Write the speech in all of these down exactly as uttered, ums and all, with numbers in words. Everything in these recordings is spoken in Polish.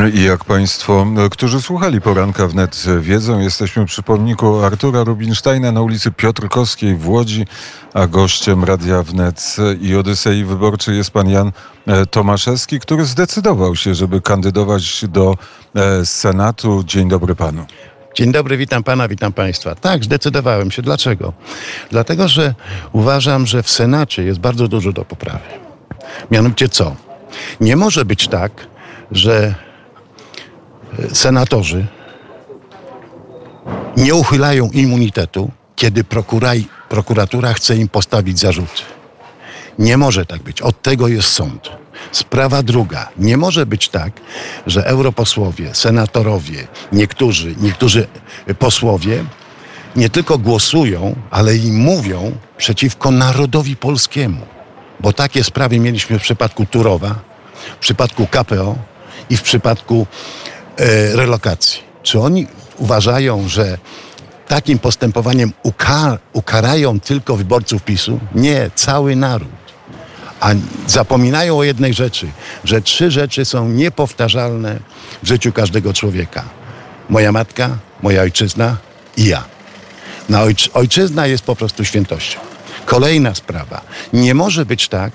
I jak państwo, którzy słuchali poranka wnet wiedzą, jesteśmy przy pomniku Artura Rubinsteina na ulicy Piotrkowskiej w Łodzi, a gościem Radia Wnet i Odysei Wyborczej jest pan Jan Tomaszewski, który zdecydował się, żeby kandydować do Senatu. Dzień dobry panu. Dzień dobry, witam pana, witam państwa. Tak, zdecydowałem się. Dlaczego? Dlatego, że uważam, że w Senacie jest bardzo dużo do poprawy. Mianowicie co? Nie może być tak, że senatorzy nie uchylają immunitetu, kiedy prokuraj, prokuratura chce im postawić zarzuty. Nie może tak być. Od tego jest sąd. Sprawa druga. Nie może być tak, że europosłowie, senatorowie, niektórzy, niektórzy posłowie nie tylko głosują, ale i mówią przeciwko narodowi polskiemu. Bo takie sprawy mieliśmy w przypadku Turowa, w przypadku K P O i w przypadku e, relokacji. Czy oni uważają, że takim postępowaniem ukar- ukarają tylko wyborców PiSu? Nie, cały naród. A zapominają o jednej rzeczy, że trzy rzeczy są niepowtarzalne w życiu każdego człowieka. Moja matka, moja ojczyzna i ja. Na ojczy- ojczyzna jest po prostu świętością. Kolejna sprawa. Nie może być tak,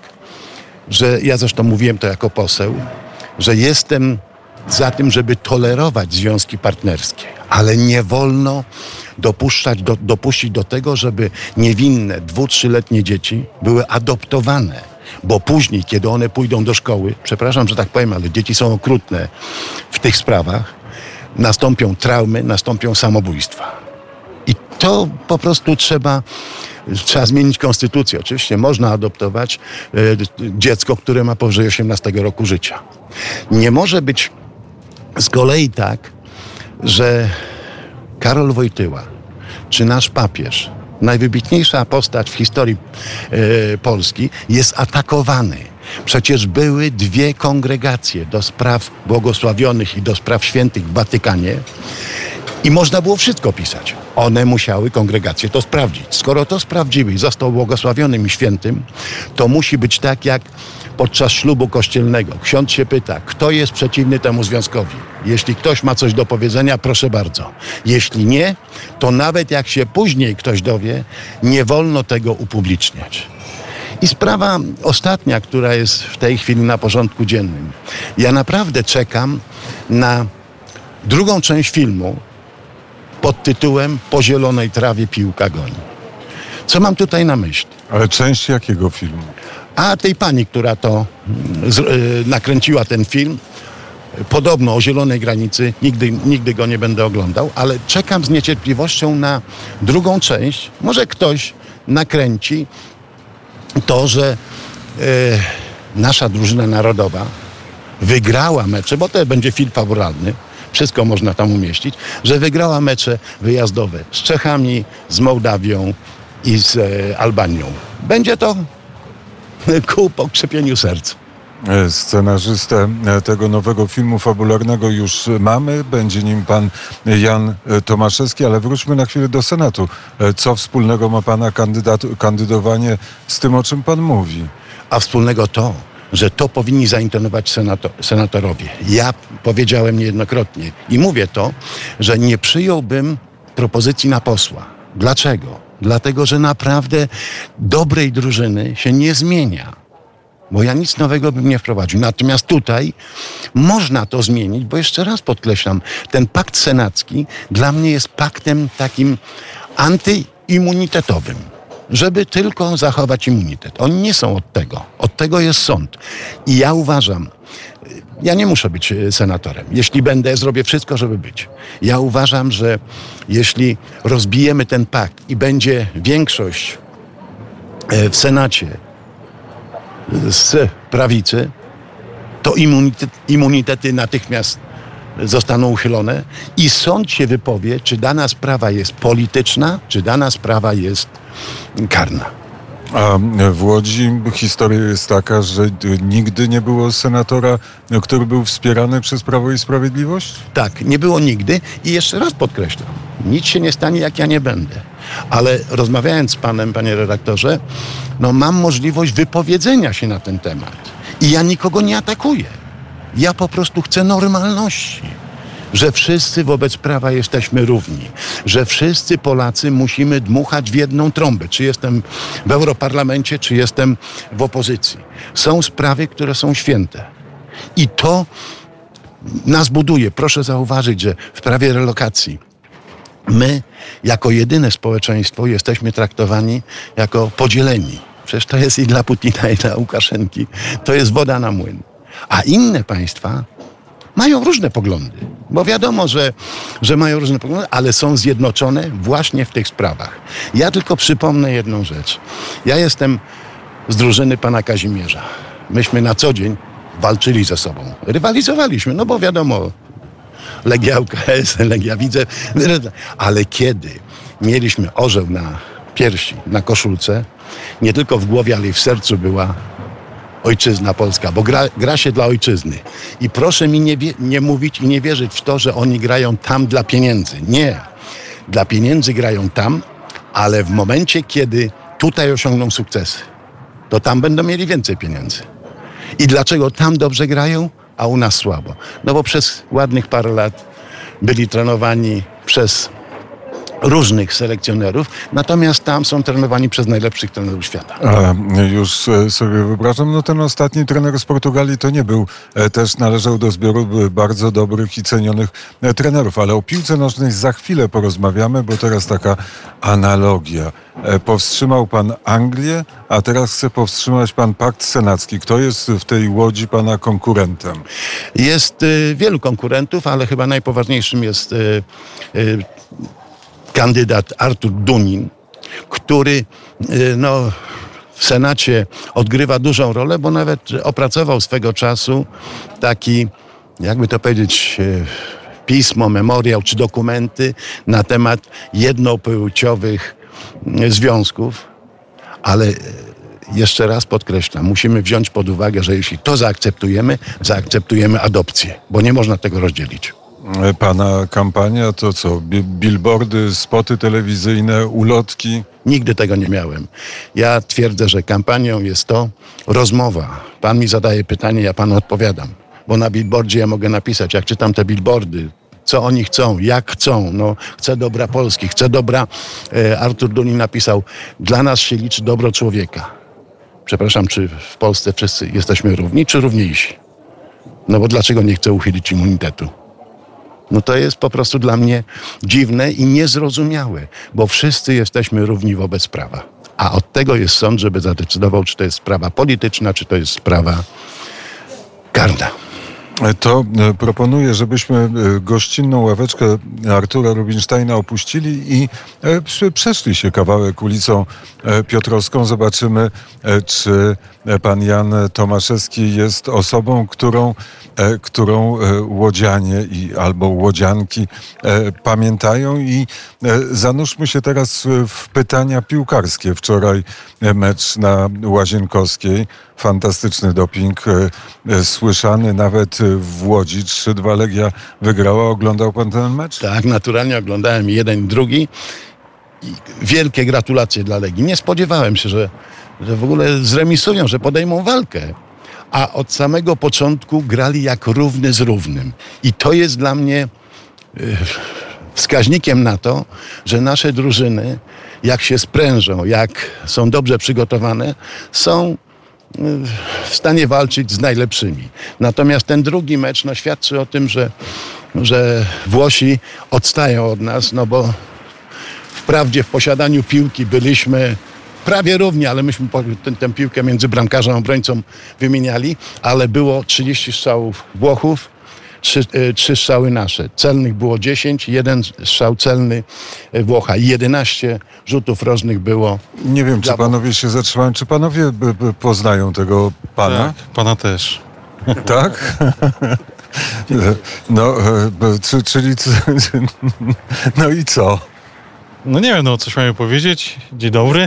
że ja zresztą mówiłem to jako poseł, że jestem za tym, żeby tolerować związki partnerskie, ale nie wolno dopuszczać do, dopuścić do tego, żeby niewinne dwu-, trzyletnie dzieci były adoptowane, bo później, kiedy one pójdą do szkoły, przepraszam, że tak powiem, ale dzieci są okrutne w tych sprawach, nastąpią traumy, nastąpią samobójstwa. I to po prostu trzeba, trzeba zmienić konstytucję. Oczywiście można adoptować y, dziecko, które ma powyżej osiemnastego roku życia. Nie może być z kolei tak, że Karol Wojtyła, czy nasz papież, najwybitniejsza postać w historii y, Polski, jest atakowany. Przecież były dwie kongregacje do spraw błogosławionych i do spraw świętych w Watykanie i można było wszystko pisać. One musiały, kongregacje, to sprawdzić. Skoro to sprawdziły i został błogosławionym i świętym, to musi być tak jak podczas ślubu kościelnego. Ksiądz się pyta, kto jest przeciwny temu związkowi. Jeśli ktoś ma coś do powiedzenia, proszę bardzo. Jeśli nie, to nawet jak się później ktoś dowie, nie wolno tego upubliczniać. I sprawa ostatnia, która jest w tej chwili na porządku dziennym. Ja naprawdę czekam na drugą część filmu pod tytułem Po zielonej trawie piłka goni. Co mam tutaj na myśli? Ale część jakiego filmu? A tej pani, która to z, yy, nakręciła ten film, podobno o zielonej granicy, nigdy, nigdy go nie będę oglądał, ale czekam z niecierpliwością na drugą część. Może ktoś nakręci to, że yy, nasza drużyna narodowa wygrała mecze, bo to będzie film fabularny, wszystko można tam umieścić, że wygrała mecze wyjazdowe z Czechami, z Mołdawią i z e, Albanią. Będzie to ku pokrzepieniu serc. Scenarzystę tego nowego filmu fabularnego już mamy. Będzie nim pan Jan Tomaszewski, ale wróćmy na chwilę do Senatu. Co wspólnego ma pana kandydat- kandydowanie z tym, o czym pan mówi? A wspólnego to, że to powinni zainteresować senator, senatorowie. Ja powiedziałem niejednokrotnie i mówię to, że nie przyjąłbym propozycji na posła. Dlaczego? Dlatego, że naprawdę dobrej drużyny się nie zmienia. Bo ja nic nowego bym nie wprowadził. Natomiast tutaj można to zmienić, bo jeszcze raz podkreślam, ten pakt senacki dla mnie jest paktem takim antyimmunitetowym, żeby tylko zachować immunitet. Oni nie są od tego. Od tego jest sąd. I ja uważam, ja nie muszę być senatorem. Jeśli będę, zrobię wszystko, żeby być. Ja uważam, że jeśli rozbijemy ten pakt i będzie większość w Senacie z prawicy, to immunitet, immunitety natychmiast zostaną uchylone i sąd się wypowie, czy dana sprawa jest polityczna, czy dana sprawa jest karna. A w Łodzi historia jest taka, że nigdy nie było senatora, który był wspierany przez Prawo i Sprawiedliwość? Tak, nie było nigdy i jeszcze raz podkreślam, nic się nie stanie, jak ja nie będę. Ale rozmawiając z panem, panie redaktorze, no mam możliwość wypowiedzenia się na ten temat i ja nikogo nie atakuję. Ja po prostu chcę normalności. Że wszyscy wobec prawa jesteśmy równi. Że wszyscy Polacy musimy dmuchać w jedną trąbę. Czy jestem w Europarlamencie, czy jestem w opozycji. Są sprawy, które są święte. I to nas buduje. Proszę zauważyć, że w prawie relokacji my, jako jedyne społeczeństwo, jesteśmy traktowani jako podzieleni. Przecież to jest i dla Putina, i dla Łukaszenki. To jest woda na młyn. A inne państwa mają różne poglądy. Bo wiadomo, że, że mają różne poglądy, ale są zjednoczone właśnie w tych sprawach. Ja tylko przypomnę jedną rzecz. Ja jestem z drużyny pana Kazimierza. Myśmy na co dzień walczyli ze sobą. Rywalizowaliśmy, no bo wiadomo, Legia U K S, Legia Widzew. Ale kiedy mieliśmy orzeł na piersi, na koszulce, nie tylko w głowie, ale i w sercu była ojczyzna polska, bo gra, gra się dla ojczyzny. I proszę mi nie, wie, nie mówić i nie wierzyć w to, że oni grają tam dla pieniędzy. Nie. Dla pieniędzy grają tam, ale w momencie, kiedy tutaj osiągną sukcesy, to tam będą mieli więcej pieniędzy. I dlaczego tam dobrze grają, a u nas słabo? No bo przez ładnych parę lat byli trenowani przez różnych selekcjonerów, natomiast tam są trenowani przez najlepszych trenerów świata. A już sobie wyobrażam, no ten ostatni trener z Portugalii to nie był, też należał do zbioru bardzo dobrych i cenionych trenerów, ale o piłce nożnej za chwilę porozmawiamy, bo teraz taka analogia. Powstrzymał pan Anglię, a teraz chce powstrzymać pan Pakt Senacki. Kto jest w tej łodzi pana konkurentem? Jest y, wielu konkurentów, ale chyba najpoważniejszym jest y, y, kandydat Artur Dunin, który no, w Senacie odgrywa dużą rolę, bo nawet opracował swego czasu taki, jakby to powiedzieć, pismo, memoriał czy dokumenty na temat jednopłciowych związków, ale jeszcze raz podkreślam, musimy wziąć pod uwagę, że jeśli to zaakceptujemy, zaakceptujemy adopcję, bo nie można tego rozdzielić. Pana kampania to co? Billboardy, spoty telewizyjne, ulotki? Nigdy tego nie miałem. Ja twierdzę, że kampanią jest to rozmowa. Pan mi zadaje pytanie, ja panu odpowiadam. Bo na billboardzie ja mogę napisać, jak czytam te billboardy, co oni chcą, jak chcą. No, chcę dobra Polski, chcę dobra... E, Artur Dunin napisał, dla nas się liczy dobro człowieka. Przepraszam, czy w Polsce wszyscy jesteśmy równi, czy równiejsi? No bo dlaczego nie chcę uchylić immunitetu? No to jest po prostu dla mnie dziwne i niezrozumiałe, bo wszyscy jesteśmy równi wobec prawa. A od tego jest sąd, żeby zadecydował, czy to jest sprawa polityczna, czy to jest sprawa karna. To proponuję, żebyśmy gościnną ławeczkę Artura Rubinsteina opuścili i przeszli się kawałek ulicą Piotrowską. Zobaczymy, czy pan Jan Tomaszewski jest osobą, którą, którą łodzianie i albo łodzianki pamiętają. I zanurzmy się teraz w pytania piłkarskie. Wczoraj mecz na Łazienkowskiej. Fantastyczny doping, słyszany nawet w Łodzi. trzy dwa Legia wygrała. Oglądał pan ten mecz? Tak, naturalnie oglądałem jeden i drugi. I wielkie gratulacje dla Legii. Nie spodziewałem się, że, że w ogóle zremisują, że podejmą walkę. A od samego początku grali jak równy z równym. I to jest dla mnie yy, wskaźnikiem na to, że nasze drużyny, jak się sprężą, jak są dobrze przygotowane, są w stanie walczyć z najlepszymi. Natomiast ten drugi mecz no, świadczy o tym, że, że Włosi odstają od nas, no bo wprawdzie w posiadaniu piłki byliśmy prawie równi, ale myśmy tę, tę piłkę między bramkarzem a obrońcą wymieniali, ale było trzydzieści strzałów Włochów, Trzy, trzy strzały nasze. Celnych było dziesięć, jeden strzał celny Włocha i jedenaście rzutów rożnych było. Nie wiem, czy panowie się zatrzymają. Czy panowie b, b, poznają tego pana? Tak, pana też. Tak? No, b, czyli... No i co? No nie wiem, no coś miałem powiedzieć. Dzień dobry.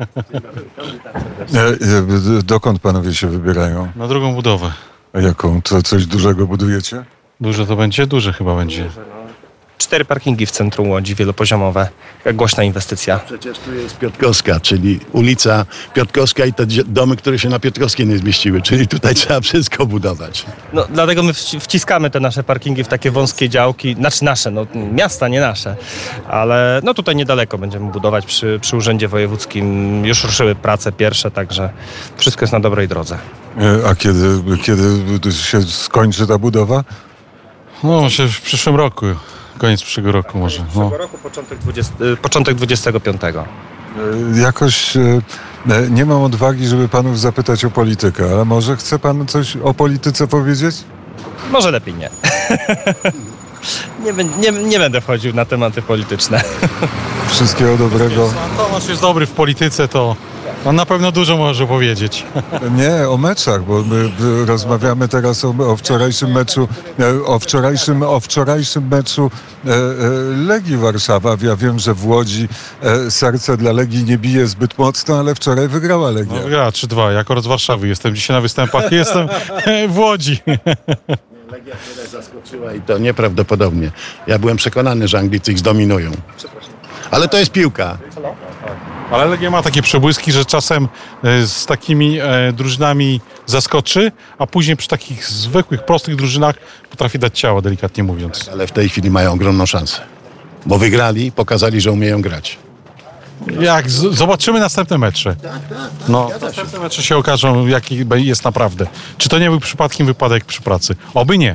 Dokąd panowie się wybierają? Na drugą budowę. A jaką? Co, coś dużego budujecie? Duże to będzie? Duże chyba będzie. cztery parkingi w centrum Łodzi, wielopoziomowe. Głośna inwestycja. Przecież tu jest Piotrkowska, czyli ulica Piotrkowska i te domy, które się na Piotrkowskiej nie zmieściły, czyli tutaj trzeba wszystko budować. No, dlatego my wci- wciskamy te nasze parkingi w takie wąskie działki, znaczy nasze, no miasta, nie nasze, ale no tutaj niedaleko będziemy budować przy, przy Urzędzie Wojewódzkim. Już ruszyły prace pierwsze, także wszystko jest na dobrej drodze. E, A kiedy, kiedy się skończy ta budowa? No, myślę, że w przyszłym roku. Koniec przyszłego roku może. No. roku, początek, dwudziestego, początek dwudziestego piątego. E, Jakoś e, nie mam odwagi, żeby panów zapytać o politykę, ale może chce pan coś o polityce powiedzieć? Może lepiej nie. nie, bę- nie. Nie będę wchodził na tematy polityczne. Wszystkiego dobrego. Tomasz jest dobry w polityce, to on na pewno dużo może powiedzieć. Nie, o meczach, bo my my rozmawiamy teraz o, o wczorajszym meczu, e, o wczorajszym, o wczorajszym meczu e, e, Legii Warszawa. Ja wiem, że w Łodzi e, serce dla Legii nie bije zbyt mocno, ale wczoraj wygrała Legia. No, ja trzy dwa, ja akurat z Warszawy jestem dzisiaj na występach, jestem w Łodzi. Legia tyle zaskoczyła i to nieprawdopodobnie. Ja byłem przekonany, że Anglicy ich zdominują. Ale to jest piłka. Ale Legia ma takie przebłyski, że czasem e, z takimi e, drużynami zaskoczy, a później przy takich zwykłych, prostych drużynach potrafi dać ciało, delikatnie mówiąc. Ale w tej chwili mają ogromną szansę. Bo wygrali, pokazali, że umieją grać. Jak z- zobaczymy następne mecze. No, następne mecze się okażą, jaki jest naprawdę. Czy to nie był przypadkiem wypadek przy pracy? Oby nie.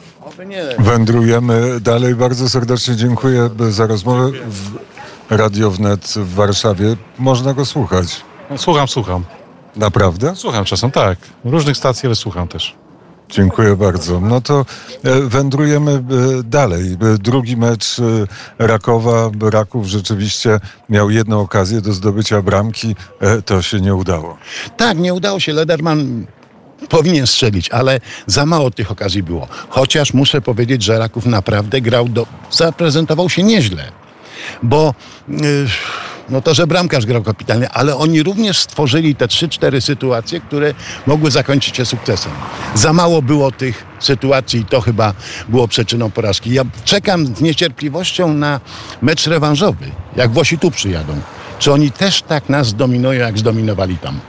Wędrujemy dalej. Bardzo serdecznie dziękuję za rozmowę. W Radio Wnet w Warszawie. Można go słuchać. Słucham, słucham. Naprawdę? Słucham czasem, tak. Różnych stacji, ale słucham też. Dziękuję bardzo. No to e, wędrujemy e, dalej. E, Drugi mecz e, Rakowa. Raków rzeczywiście miał jedną okazję do zdobycia bramki. E, To się nie udało. Tak, nie udało się. Lederman powinien strzelić, ale za mało tych okazji było. Chociaż muszę powiedzieć, że Raków naprawdę grał, do, zaprezentował się nieźle. Bo yy, no to, że bramkarz grał kapitalnie, ale oni również stworzyli te trzy cztery sytuacje, które mogły zakończyć się sukcesem. Za mało było tych sytuacji i to chyba było przyczyną porażki. Ja czekam z niecierpliwością na mecz rewanżowy, jak Włosi tu przyjadą. Czy oni też tak nas zdominują, jak zdominowali tam?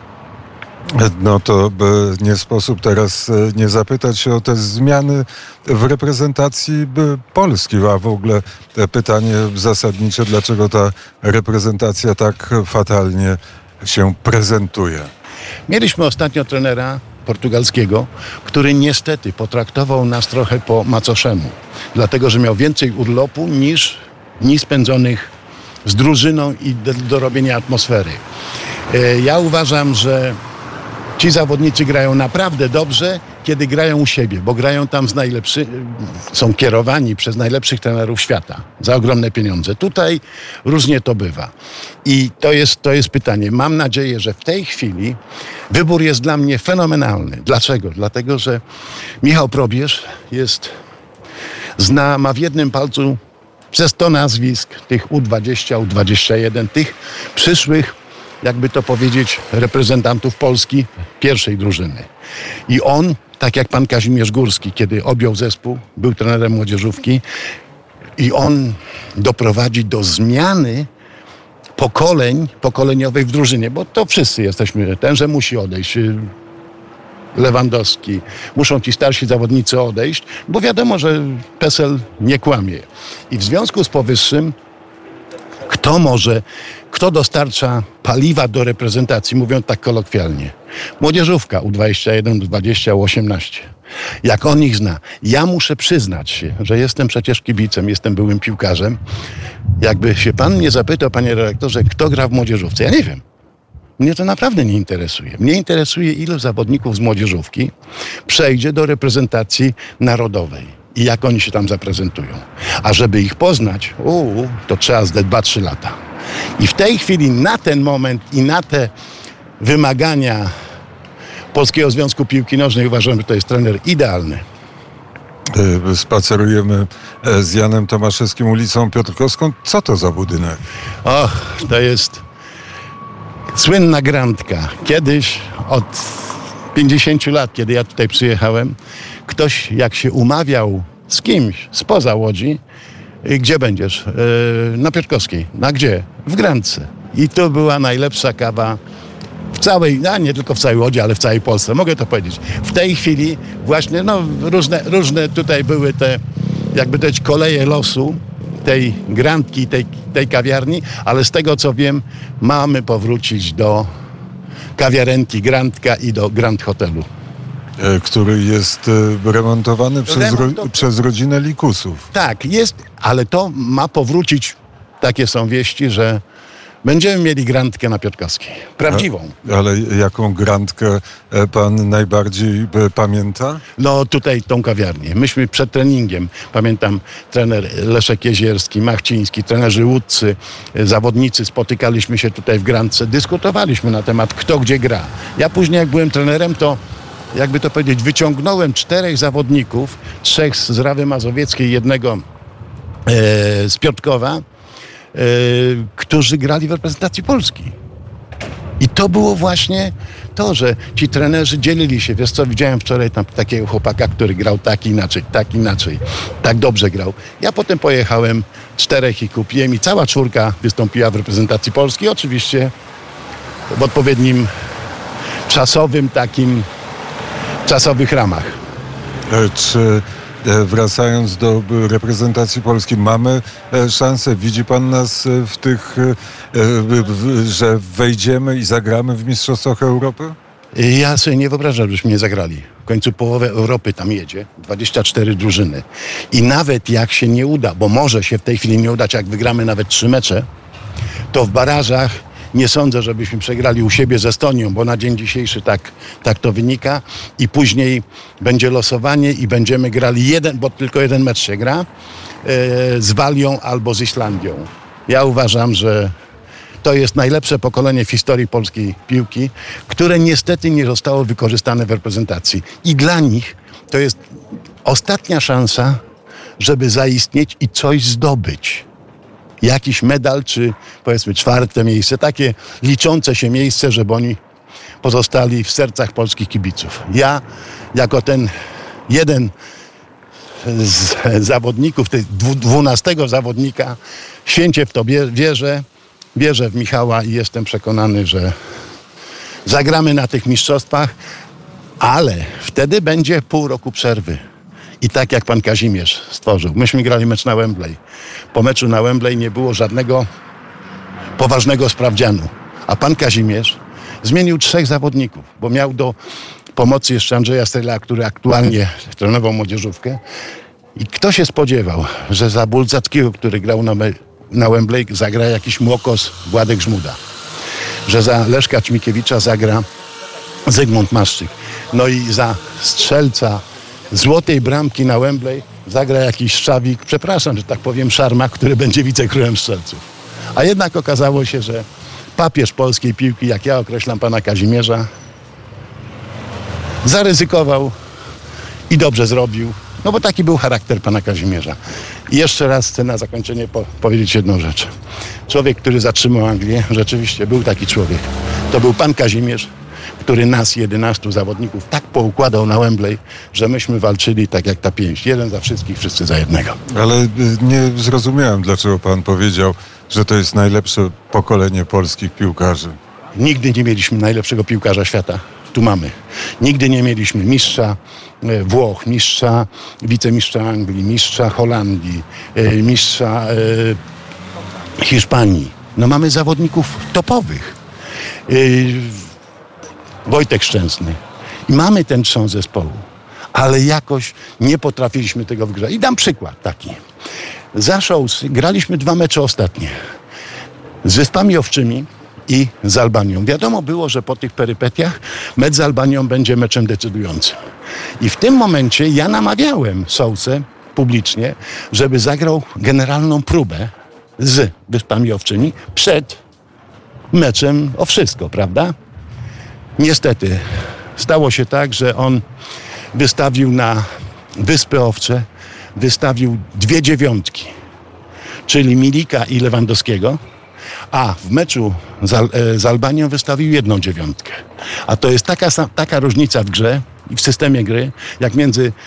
No to e, nie sposób teraz e, nie zapytać się o te zmiany w reprezentacji e, Polski, a w ogóle e, pytanie zasadnicze, dlaczego ta reprezentacja tak fatalnie się prezentuje. Mieliśmy ostatnio trenera portugalskiego, który niestety potraktował nas trochę po macoszemu, dlatego że miał więcej urlopu niż dni spędzonych z drużyną i do, do robienia atmosfery. E, Ja uważam, że ci zawodnicy grają naprawdę dobrze, kiedy grają u siebie, bo grają tam z najlepszych, są kierowani przez najlepszych trenerów świata za ogromne pieniądze. Tutaj różnie to bywa. I to jest, to jest pytanie. Mam nadzieję, że w tej chwili wybór jest dla mnie fenomenalny. Dlaczego? Dlatego, że Michał Probierz jest, zna, ma w jednym palcu przez sto nazwisk tych U dwadzieścia, U dwadzieścia jeden, tych przyszłych, jakby to powiedzieć, reprezentantów Polski pierwszej drużyny. I on, tak jak pan Kazimierz Górski, kiedy objął zespół, był trenerem młodzieżówki, i on doprowadzi do zmiany pokoleń, pokoleniowych w drużynie, bo to wszyscy jesteśmy, tenże musi odejść, Lewandowski, muszą ci starsi zawodnicy odejść, bo wiadomo, że PESEL nie kłamie. I w związku z powyższym kto może, kto dostarcza paliwa do reprezentacji, mówiąc tak kolokwialnie? Młodzieżówka U dwadzieścia jeden, U dwadzieścia, U osiemnaście. Jak on ich zna. Ja muszę przyznać się, że jestem przecież kibicem, jestem byłym piłkarzem. Jakby się pan mnie zapytał, panie redaktorze, kto gra w młodzieżówce? Ja nie wiem. Mnie to naprawdę nie interesuje. Mnie interesuje, ilu zawodników z młodzieżówki przejdzie do reprezentacji narodowej. I jak oni się tam zaprezentują. A żeby ich poznać, uu, to trzeba zdać dwa trzy lata. I w tej chwili na ten moment i na te wymagania Polskiego Związku Piłki Nożnej uważam, że to jest trener idealny. E, Spacerujemy e, z Janem Tomaszewskim ulicą Piotrkowską. Co to za budynek? Och, to jest słynna Grandka. Kiedyś od pięćdziesięciu lat, kiedy ja tutaj przyjechałem, ktoś jak się umawiał z kimś spoza Łodzi, I gdzie będziesz? Yy, na Piotrkowskiej. Na gdzie? W Grandce. I to była najlepsza kawa w całej, a nie tylko w całej Łodzi, ale w całej Polsce. Mogę to powiedzieć. W tej chwili właśnie, no różne, różne tutaj były te, jakby dać koleje losu tej Grandki, tej, tej kawiarni, ale z tego co wiem, mamy powrócić do kawiarenki Grandka i do Grand Hotelu. E, który jest e, remontowany przez, Remont ro, to- przez rodzinę Likusów. Tak, jest, ale to ma powrócić, takie są wieści, że będziemy mieli Grandkę na Piotrkowskiej. Prawdziwą. Ale jaką grandkę e, pan najbardziej e, pamięta? No tutaj tą kawiarnię. Myśmy przed treningiem, pamiętam trener Leszek Jezierski, Machciński, trenerzy łódcy, e, zawodnicy, spotykaliśmy się tutaj w Grandce, dyskutowaliśmy na temat kto gdzie gra. Ja później jak byłem trenerem, to jakby to powiedzieć, wyciągnąłem czterech zawodników, trzech z Rawy Mazowieckiej, jednego e, z Piotrkowa, e, którzy grali w reprezentacji Polski. I to było właśnie to, że ci trenerzy dzielili się. Wiesz co, widziałem wczoraj tam takiego chłopaka, który grał tak inaczej, tak inaczej, tak dobrze grał. Ja potem pojechałem, czterech ich kupiłem i cała czwórka wystąpiła w reprezentacji Polski. Oczywiście w odpowiednim czasowym takim, czasowych ramach. E, Czy e, wracając do e, reprezentacji Polski, mamy e, szansę, widzi pan nas e, w tych, e, w- w- że wejdziemy i zagramy w Mistrzostwach Europy? Ja sobie nie wyobrażam, żebyśmy nie zagrali. W końcu połowę Europy tam jedzie, dwadzieścia cztery drużyny. I nawet jak się nie uda, bo może się w tej chwili nie udać, jak wygramy nawet trzy mecze, to w barażach nie sądzę, żebyśmy przegrali u siebie z Estonią, bo na dzień dzisiejszy tak, tak to wynika. I później będzie losowanie i będziemy grali jeden, bo tylko jeden mecz się gra, e, z Walią albo z Islandią. Ja uważam, że to jest najlepsze pokolenie w historii polskiej piłki, które niestety nie zostało wykorzystane w reprezentacji. I dla nich to jest ostatnia szansa, żeby zaistnieć i coś zdobyć. Jakiś medal, czy powiedzmy czwarte miejsce, takie liczące się miejsce, żeby oni pozostali w sercach polskich kibiców. Ja jako ten jeden z zawodników, tych dwu- dwunastego zawodnika, święcie w to bie- wierzę, wierzę w Michała i jestem przekonany, że zagramy na tych mistrzostwach, ale wtedy będzie pół roku przerwy. I tak jak pan Kazimierz stworzył. Myśmy grali mecz na Wembley. Po meczu na Wembley nie było żadnego poważnego sprawdzianu. A pan Kazimierz zmienił trzech zawodników, bo miał do pomocy jeszcze Andrzeja Strela, który aktualnie trenował młodzieżówkę. I kto się spodziewał, że za Bulzackiego, który grał na, me- na Wembley, zagra jakiś Młokos, Władek Żmuda. Że za Leszka Ćmikiewicza zagra Zygmunt Maszczyk. No i za strzelca złotej bramki na Wembley zagra jakiś Szczawik, przepraszam, że tak powiem, Szarma, który będzie wicekrólem strzelców. A jednak okazało się, że papież polskiej piłki, jak ja określam pana Kazimierza, zaryzykował i dobrze zrobił, no bo taki był charakter pana Kazimierza. I jeszcze raz chcę na zakończenie po- powiedzieć jedną rzecz. Człowiek, który zatrzymał Anglię, rzeczywiście był taki człowiek. To był pan Kazimierz, który nas, jedenastu zawodników, tak poukładał na Wembley, że myśmy walczyli tak jak ta pięść. Jeden za wszystkich, wszyscy za jednego. Ale y, nie zrozumiałem, dlaczego pan powiedział, że to jest najlepsze pokolenie polskich piłkarzy. Nigdy nie mieliśmy najlepszego piłkarza świata. Tu mamy. Nigdy nie mieliśmy mistrza e, Włoch, mistrza, wicemistrza Anglii, mistrza Holandii, e, mistrza e, Hiszpanii. No mamy zawodników topowych. E, Wojtek Szczęsny. I mamy ten trzon zespołu. Ale jakoś nie potrafiliśmy tego wygrać. I dam przykład taki. Za Shows graliśmy dwa mecze ostatnie. Z Wyspami Owczymi i z Albanią. Wiadomo było, że po tych perypetiach mecz z Albanią będzie meczem decydującym. I w tym momencie ja namawiałem Sousę publicznie, żeby zagrał generalną próbę z Wyspami Owczymi przed meczem o wszystko, prawda? Niestety stało się tak, że on wystawił na Wyspy Owcze, wystawił dwie dziewiątki, czyli Milika i Lewandowskiego, a w meczu z, Al- e, z Albanią wystawił jedną dziewiątkę. A to jest taka, sa- taka różnica w grze i w systemie gry, jak między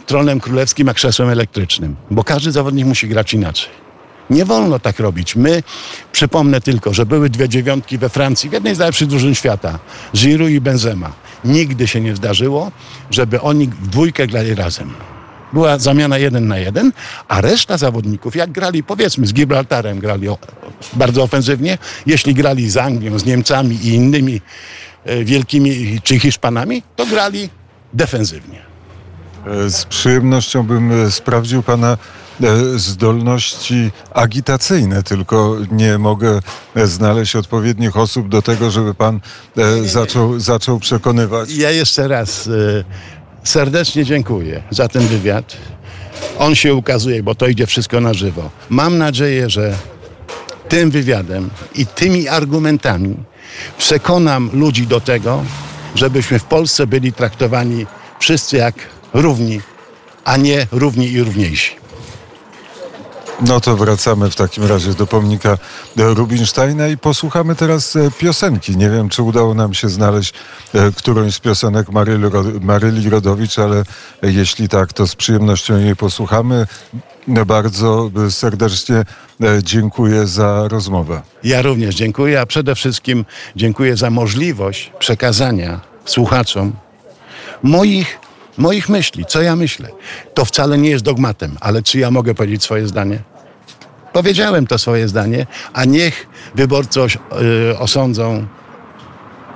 tronem królewskim, a krzesłem elektrycznym, bo każdy zawodnik musi grać inaczej. Nie wolno tak robić. My, przypomnę tylko, że były dwie dziewiątki we Francji, w jednej z najlepszych drużyn świata, Giroud i Benzema. Nigdy się nie zdarzyło, żeby oni w dwójkę grali razem. Była zamiana jeden na jeden, a reszta zawodników, jak grali, powiedzmy, z Gibraltarem grali o, bardzo ofensywnie, jeśli grali z Anglią, z Niemcami i innymi e, wielkimi, czy Hiszpanami, to grali defensywnie. Z przyjemnością bym sprawdził pana zdolności agitacyjne, tylko nie mogę znaleźć odpowiednich osób do tego, żeby pan zaczął, zaczął przekonywać. Ja jeszcze raz y, serdecznie dziękuję za ten wywiad. On się ukazuje, bo to idzie wszystko na żywo. Mam nadzieję, że tym wywiadem i tymi argumentami przekonam ludzi do tego, żebyśmy w Polsce byli traktowani wszyscy jak równi, a nie równi i równiejsi. No to wracamy w takim razie do pomnika Rubinsteina i posłuchamy teraz piosenki. Nie wiem, czy udało nam się znaleźć którąś z piosenek Maryli, Maryli Rodowicz, ale jeśli tak, to z przyjemnością jej posłuchamy. Bardzo serdecznie dziękuję za rozmowę. Ja również dziękuję, a przede wszystkim dziękuję za możliwość przekazania słuchaczom moich Moich myśli, co ja myślę. To wcale nie jest dogmatem, ale czy ja mogę powiedzieć swoje zdanie? Powiedziałem to swoje zdanie, a niech wyborcy os- yy, osądzą,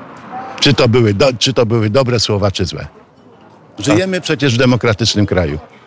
czy to, były do, czy to były dobre słowa, czy złe. Żyjemy przecież w demokratycznym kraju.